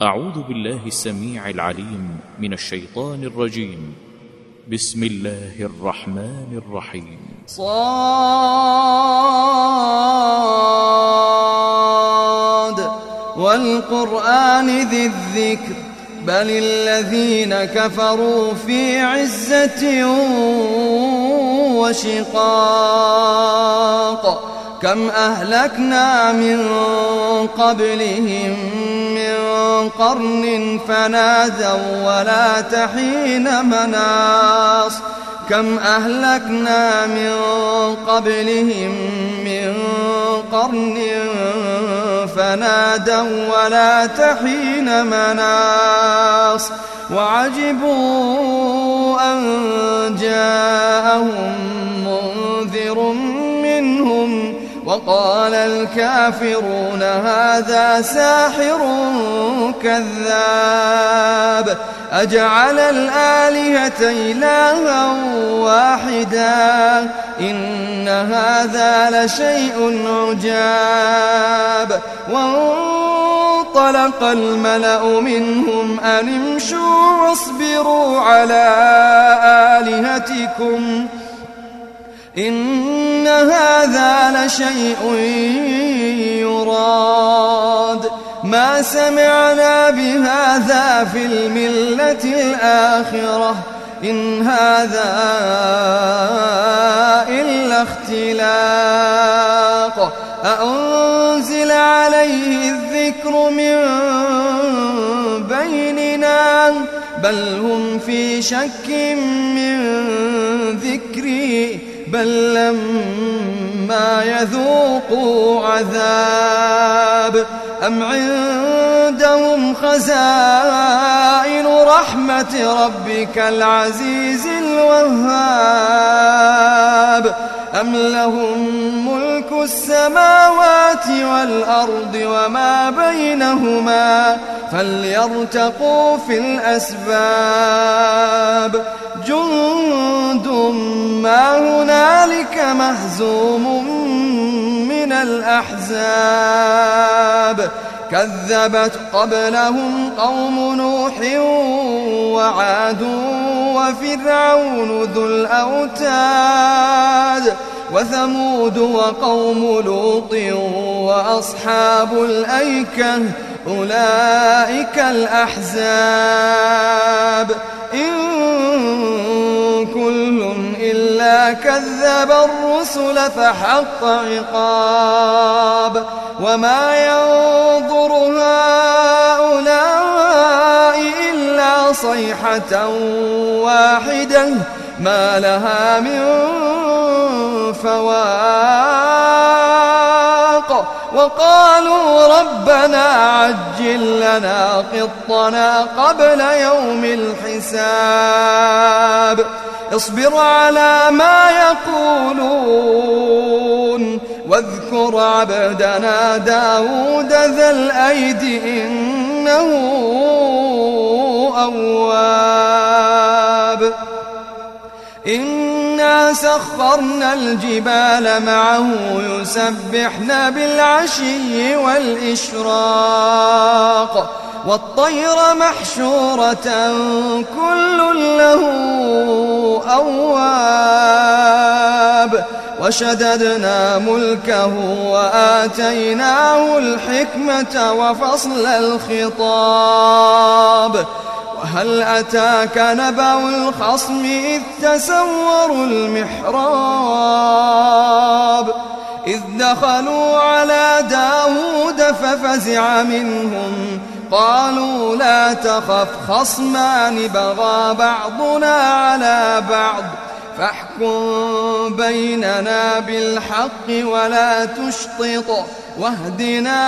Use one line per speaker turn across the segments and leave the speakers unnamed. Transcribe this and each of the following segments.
أعوذ بالله السميع العليم من الشيطان الرجيم. بسم الله الرحمن الرحيم.
صاد والقرآن ذي الذكر بل الذين كفروا في عزة وشقاق كم أهلكنا من قبلهم من قرن فنادوا ولا تحين مناص كم أهلكنا من قبلهم من قرن فنادوا ولا تحين مناص وعجبوا أن جاءهم منذر منهم وقال الكافرون هذا ساحر كذاب أجعل الآلهة إلها واحدا إن هذا لشيء عجاب وانطلق الملأ منهم أن امشوا واصبروا على آلهتكم إن هذا لشيء يراد ما سمعنا بهذا في الملة الآخرة إن هذا إلا اختلاق أأنزل عليه الذكر من بيننا بل هم في شك من ذكري بل لما يذوقوا عذاب أم عندهم خزائن رحمة ربك العزيز الوهاب أم لهم ملك السماوات والأرض وما بينهما فليرتقوا في الأسباب جند ما هنالك مهزوم من الأحزاب كذبت قبلهم قوم نوح وعاد وفرعون ذو الأوتاد وثمود وقوم لوط وأصحاب الأيكة أولئك الأحزاب إن كل إلا كذب الرسل فحق عقاب وما ينظر هؤلاء إلا صيحة واحدة ما لها من فواق وقالوا ربنا عجل لنا قطنا قبل يوم الحساب اصبر على ما يقولون واذكر عبدنا داود ذا الأيد إنه أواب إنا سخرنا الجبال معه يسبحن بالعشي والإشراق والطير محشورة كل له أواب وشددنا ملكه وآتيناه الحكمة وفصل الخطاب وهل أتاك نبأ الخصم إذ تسوروا المحراب إذ دخلوا على داود ففزع منهم قالوا لا تخف خصمان بغى بعضنا على بعض فاحكم بيننا بالحق ولا تشطط واهدنا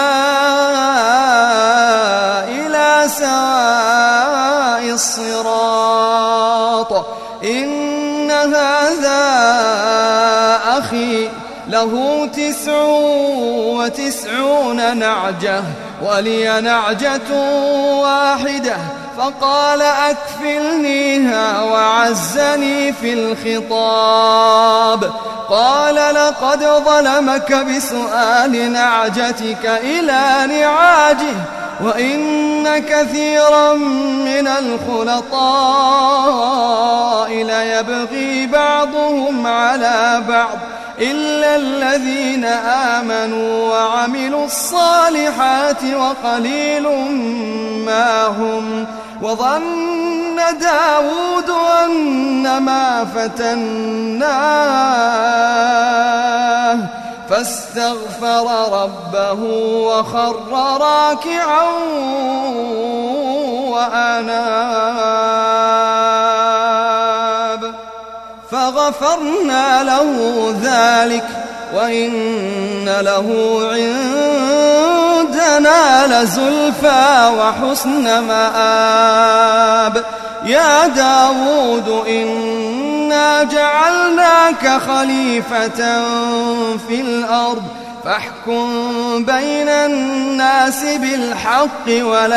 إلى سواء الصراط إن هذا أخي له 99 نعجة ولي نعجة واحدة فقال أكفلنيها وعزني في الخطاب قال لقد ظلمك بسؤال نعجتك إلى نعاجه وإن كثيرا من الخلطاء ليبغي بعضهم على بعض إلا الذين آمنوا وعملوا الصالحات وقليل ما هم. وظن داود أنما فتناه فاستغفر ربه وخر راكعا وأناب فغفرنا له ذلك وإن له عندنا لزلفى وحسن مآب. يا داود إنا جعلناك خليفة في الأرض فاحكم بين الناس بالحق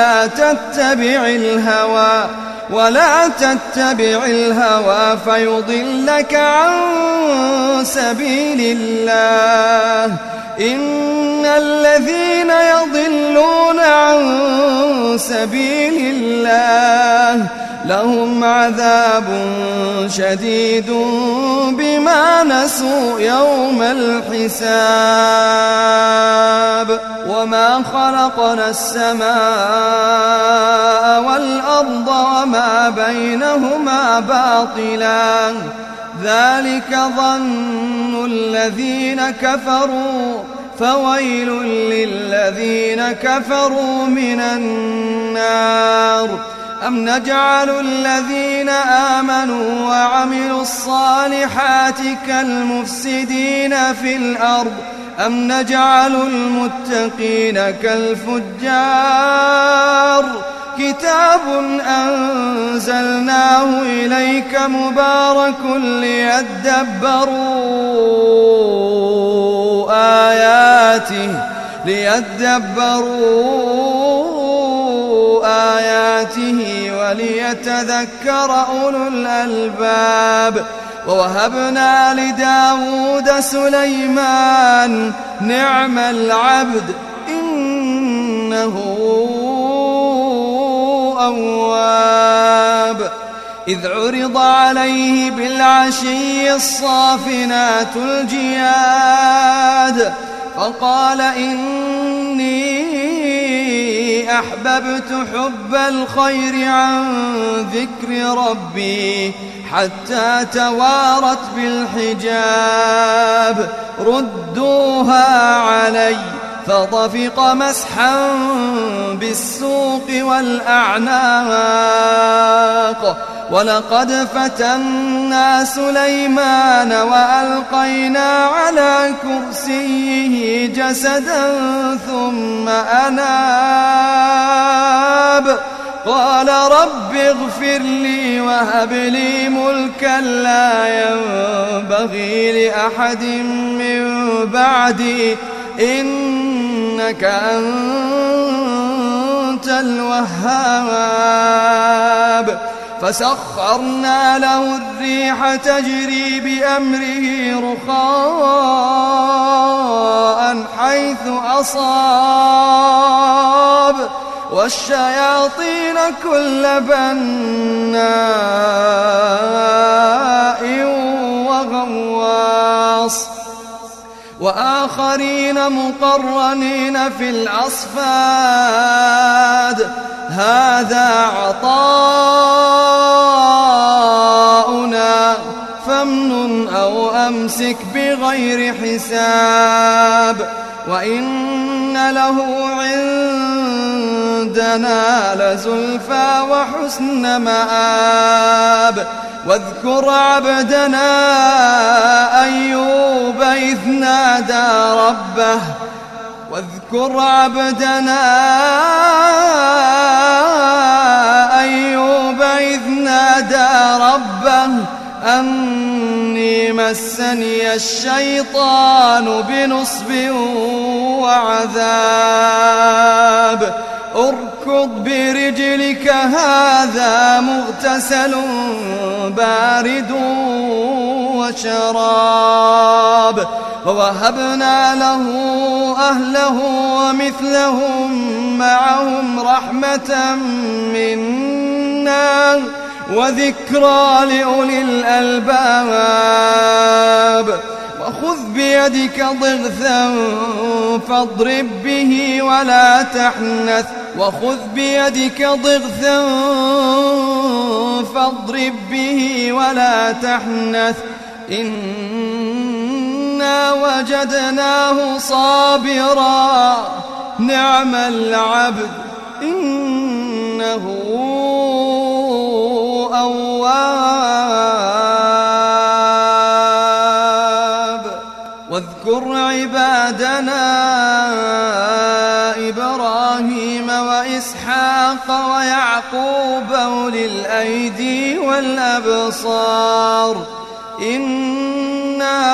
ولا تتبع الهوى فيضلك عن سبيل الله. إن الذين يضلون عن سبيل الله لهم عذاب شديد بما نسوا يوم الحساب. وما خلقنا السماء والأرض وما بينهما باطلا ذلك ظن الذين كفروا فويل للذين كفروا من النار. أم نجعل الذين آمنوا وعملوا الصالحات كالمفسدين في الأرض أم نجعل المتقين كالفجار. كتاب أنزلناه إليك مبارك ليدبروا آياته وليتذكر أولو الألباب. ووهبنا لداود سليمان نعم العبد إنه أواب. إذ عرض عليه بالعشي الصافنات الجياد فقال إني أحببت حب الخير عن ذكر ربي حتى توارت بالحجاب. ردوها علي فطفق مسحا بالسوق والأعناق. ولقد فتنا سليمان وألقينا على كرسيه جسدا ثم أناب. قال رب اغفر لي وهب لي ملكا لا ينبغي لأحد من بعدي إنك أنت الوهاب. فسخرنا له الريح تجري بأمره رخاء حيث أصاب والشياطين كل بناء وغواص وآخرين مقرنين في الأصفاد. هذا عطاؤنا فامنن أو أمسك بغير حساب. وإن له عندنا لزلفى وحسن مآب. واذكر عبدنا أيوب إذ نادى ربه أني مسني الشيطان بنصب وعذاب. اركض برجلك هذا مغتسل بارد وشراب. ووهبنا له أهله ومثلهم معهم رحمة منا وذكرى لأولي الألباب وخذ بيدك ضغثا فاضرب به ولا تحنث إنا وجدناه صابرا نعم العبد إنه أواب واذكر عبادنا إبراهيم وإسحاق ويعقوب أولي الأيدي والأبصار إنا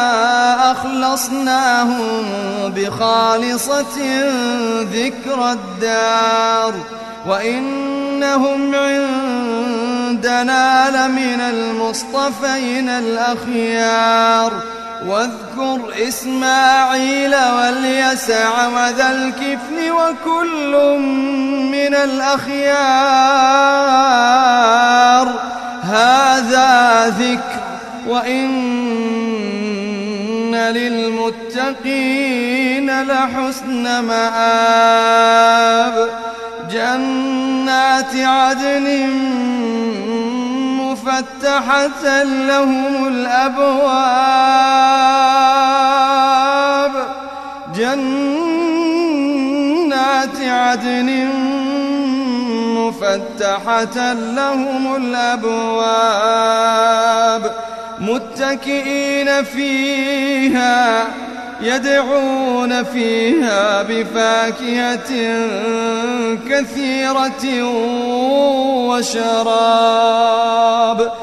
أخلصناهم بخالصة ذكر الدار وإنهم عندنا لمن المصطفين الأخيار واذكر إسماعيل واليسع وذا الكفل وكل من الأخيار هذا ذكر وإن للمتقين لحسن مآب جنات عدن مفتحة لهم الأبواب متكئين فيها يدعون فيها بفاكهة كثيرة وشراب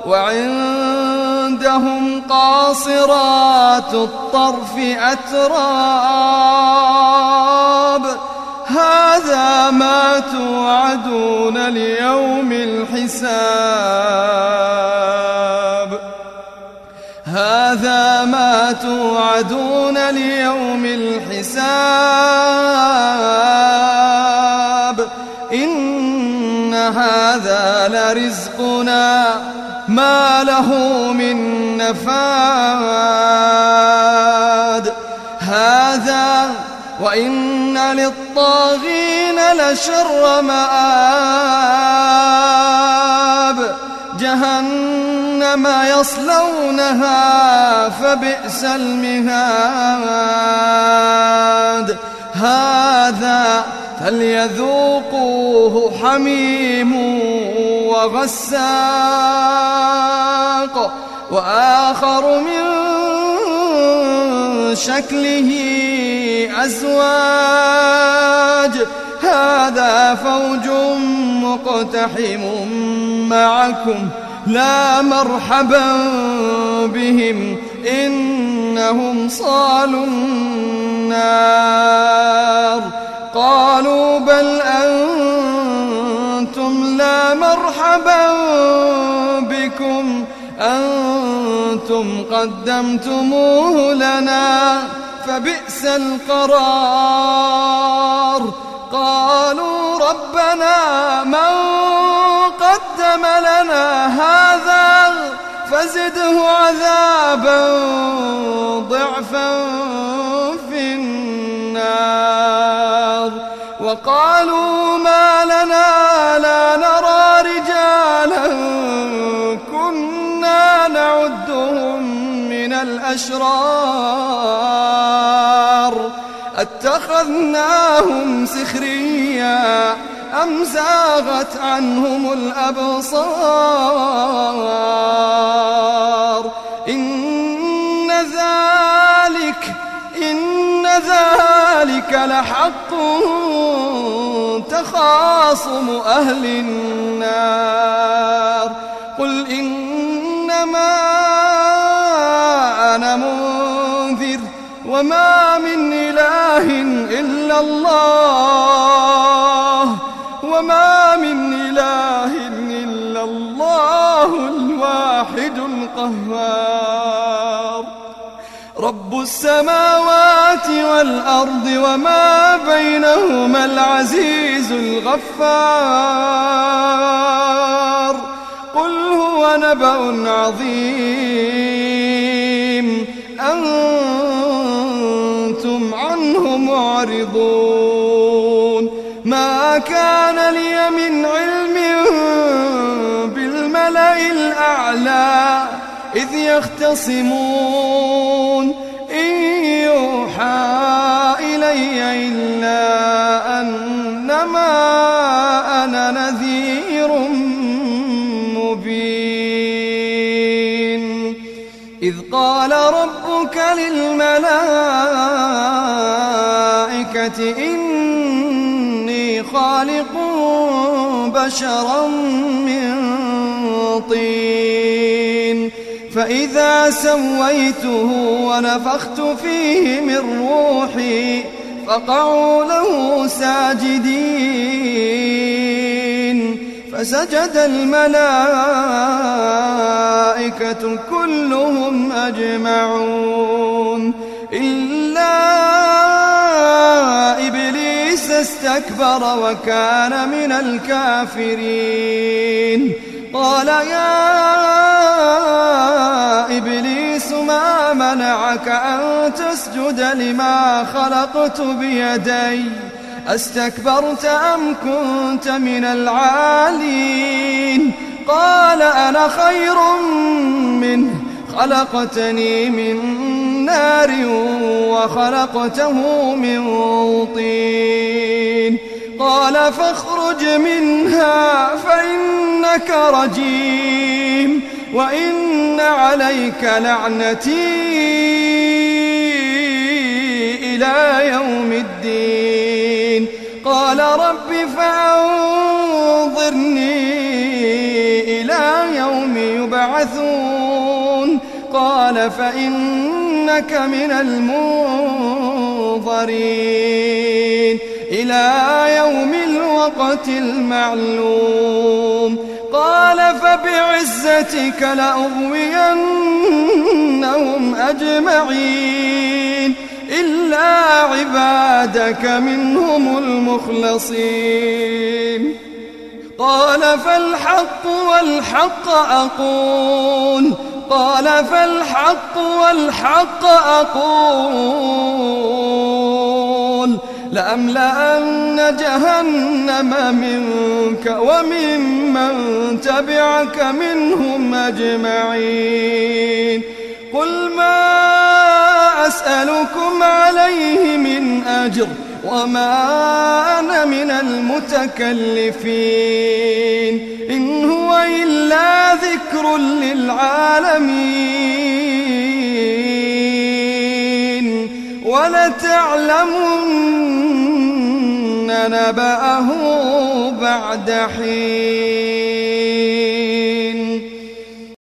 وعندهم قاصرات الطرف أتراب هذا ما توعدون ليوم الحساب إن هذا لرزقنا ما له من نفاد هذا وإن للطاغين لشر مآب جهنم يصلونها فبئس المهاد هذا فليذوقوه حميم وغساق وآخر من شكله أزواج هذا فوج مقتحم معكم لا مرحبا بهم إنهم صالوا النار قالوا بل أنتم لا مرحبا بكم أنتم قدمتموه لنا فبئس القرار قالوا ربنا من قدم لنا هذا فزده عذابا ضعفا في النار وقالوا ما لنا لا نرى رجالا كنا نعدهم من الأشرار اتخذناهم سخريا أم زاغت عنهم الأبصار إن ذلك لحق تخاصم أهل النار قل إنما أنا منذر وما من إله إلا الله الواحد القهار رب السماوات والأرض وما بينهما العزيز الغفار قل هو نبأ عظيم أنتم عنه معرضون ما كان لي من علم بالملأ الأعلى إذ يختصمون إن يوحى إلي إلا أنما أنا نذير مبين إذ قال ربك للملائكة إني خالق بشرا من طين فإذا سويته ونفخت فيه من روحي فقعوا له ساجدين فسجد الملائكة كلهم أجمعون إلا إبليس استكبر وكان من الكافرين قال يا إبليس ما منعك أن تسجد لما خلقت بيدي أستكبرت أم كنت من العالين قال أنا خير منه خلقتني من نار وخلقته من طين قال فاخرج منها فإنك رجيم وإن عليك لعنتي إلى يوم الدين قال رب فأنظرني إلى يوم يبعثون قال فإنك من المنظرين إلى يوم الوقت المعلوم قال فبعزتك لأغوينهم أجمعين إلا عبادك منهم المخلصين قال فالحق والحق أقول لأملأن جهنم منك وممن تبعك منهم أجمعين قل ما أسألكم عليه من أجر وما أنا من المتكلفين إن هو إلا ذكر للعالمين ولتعلمن نبأه بعد حين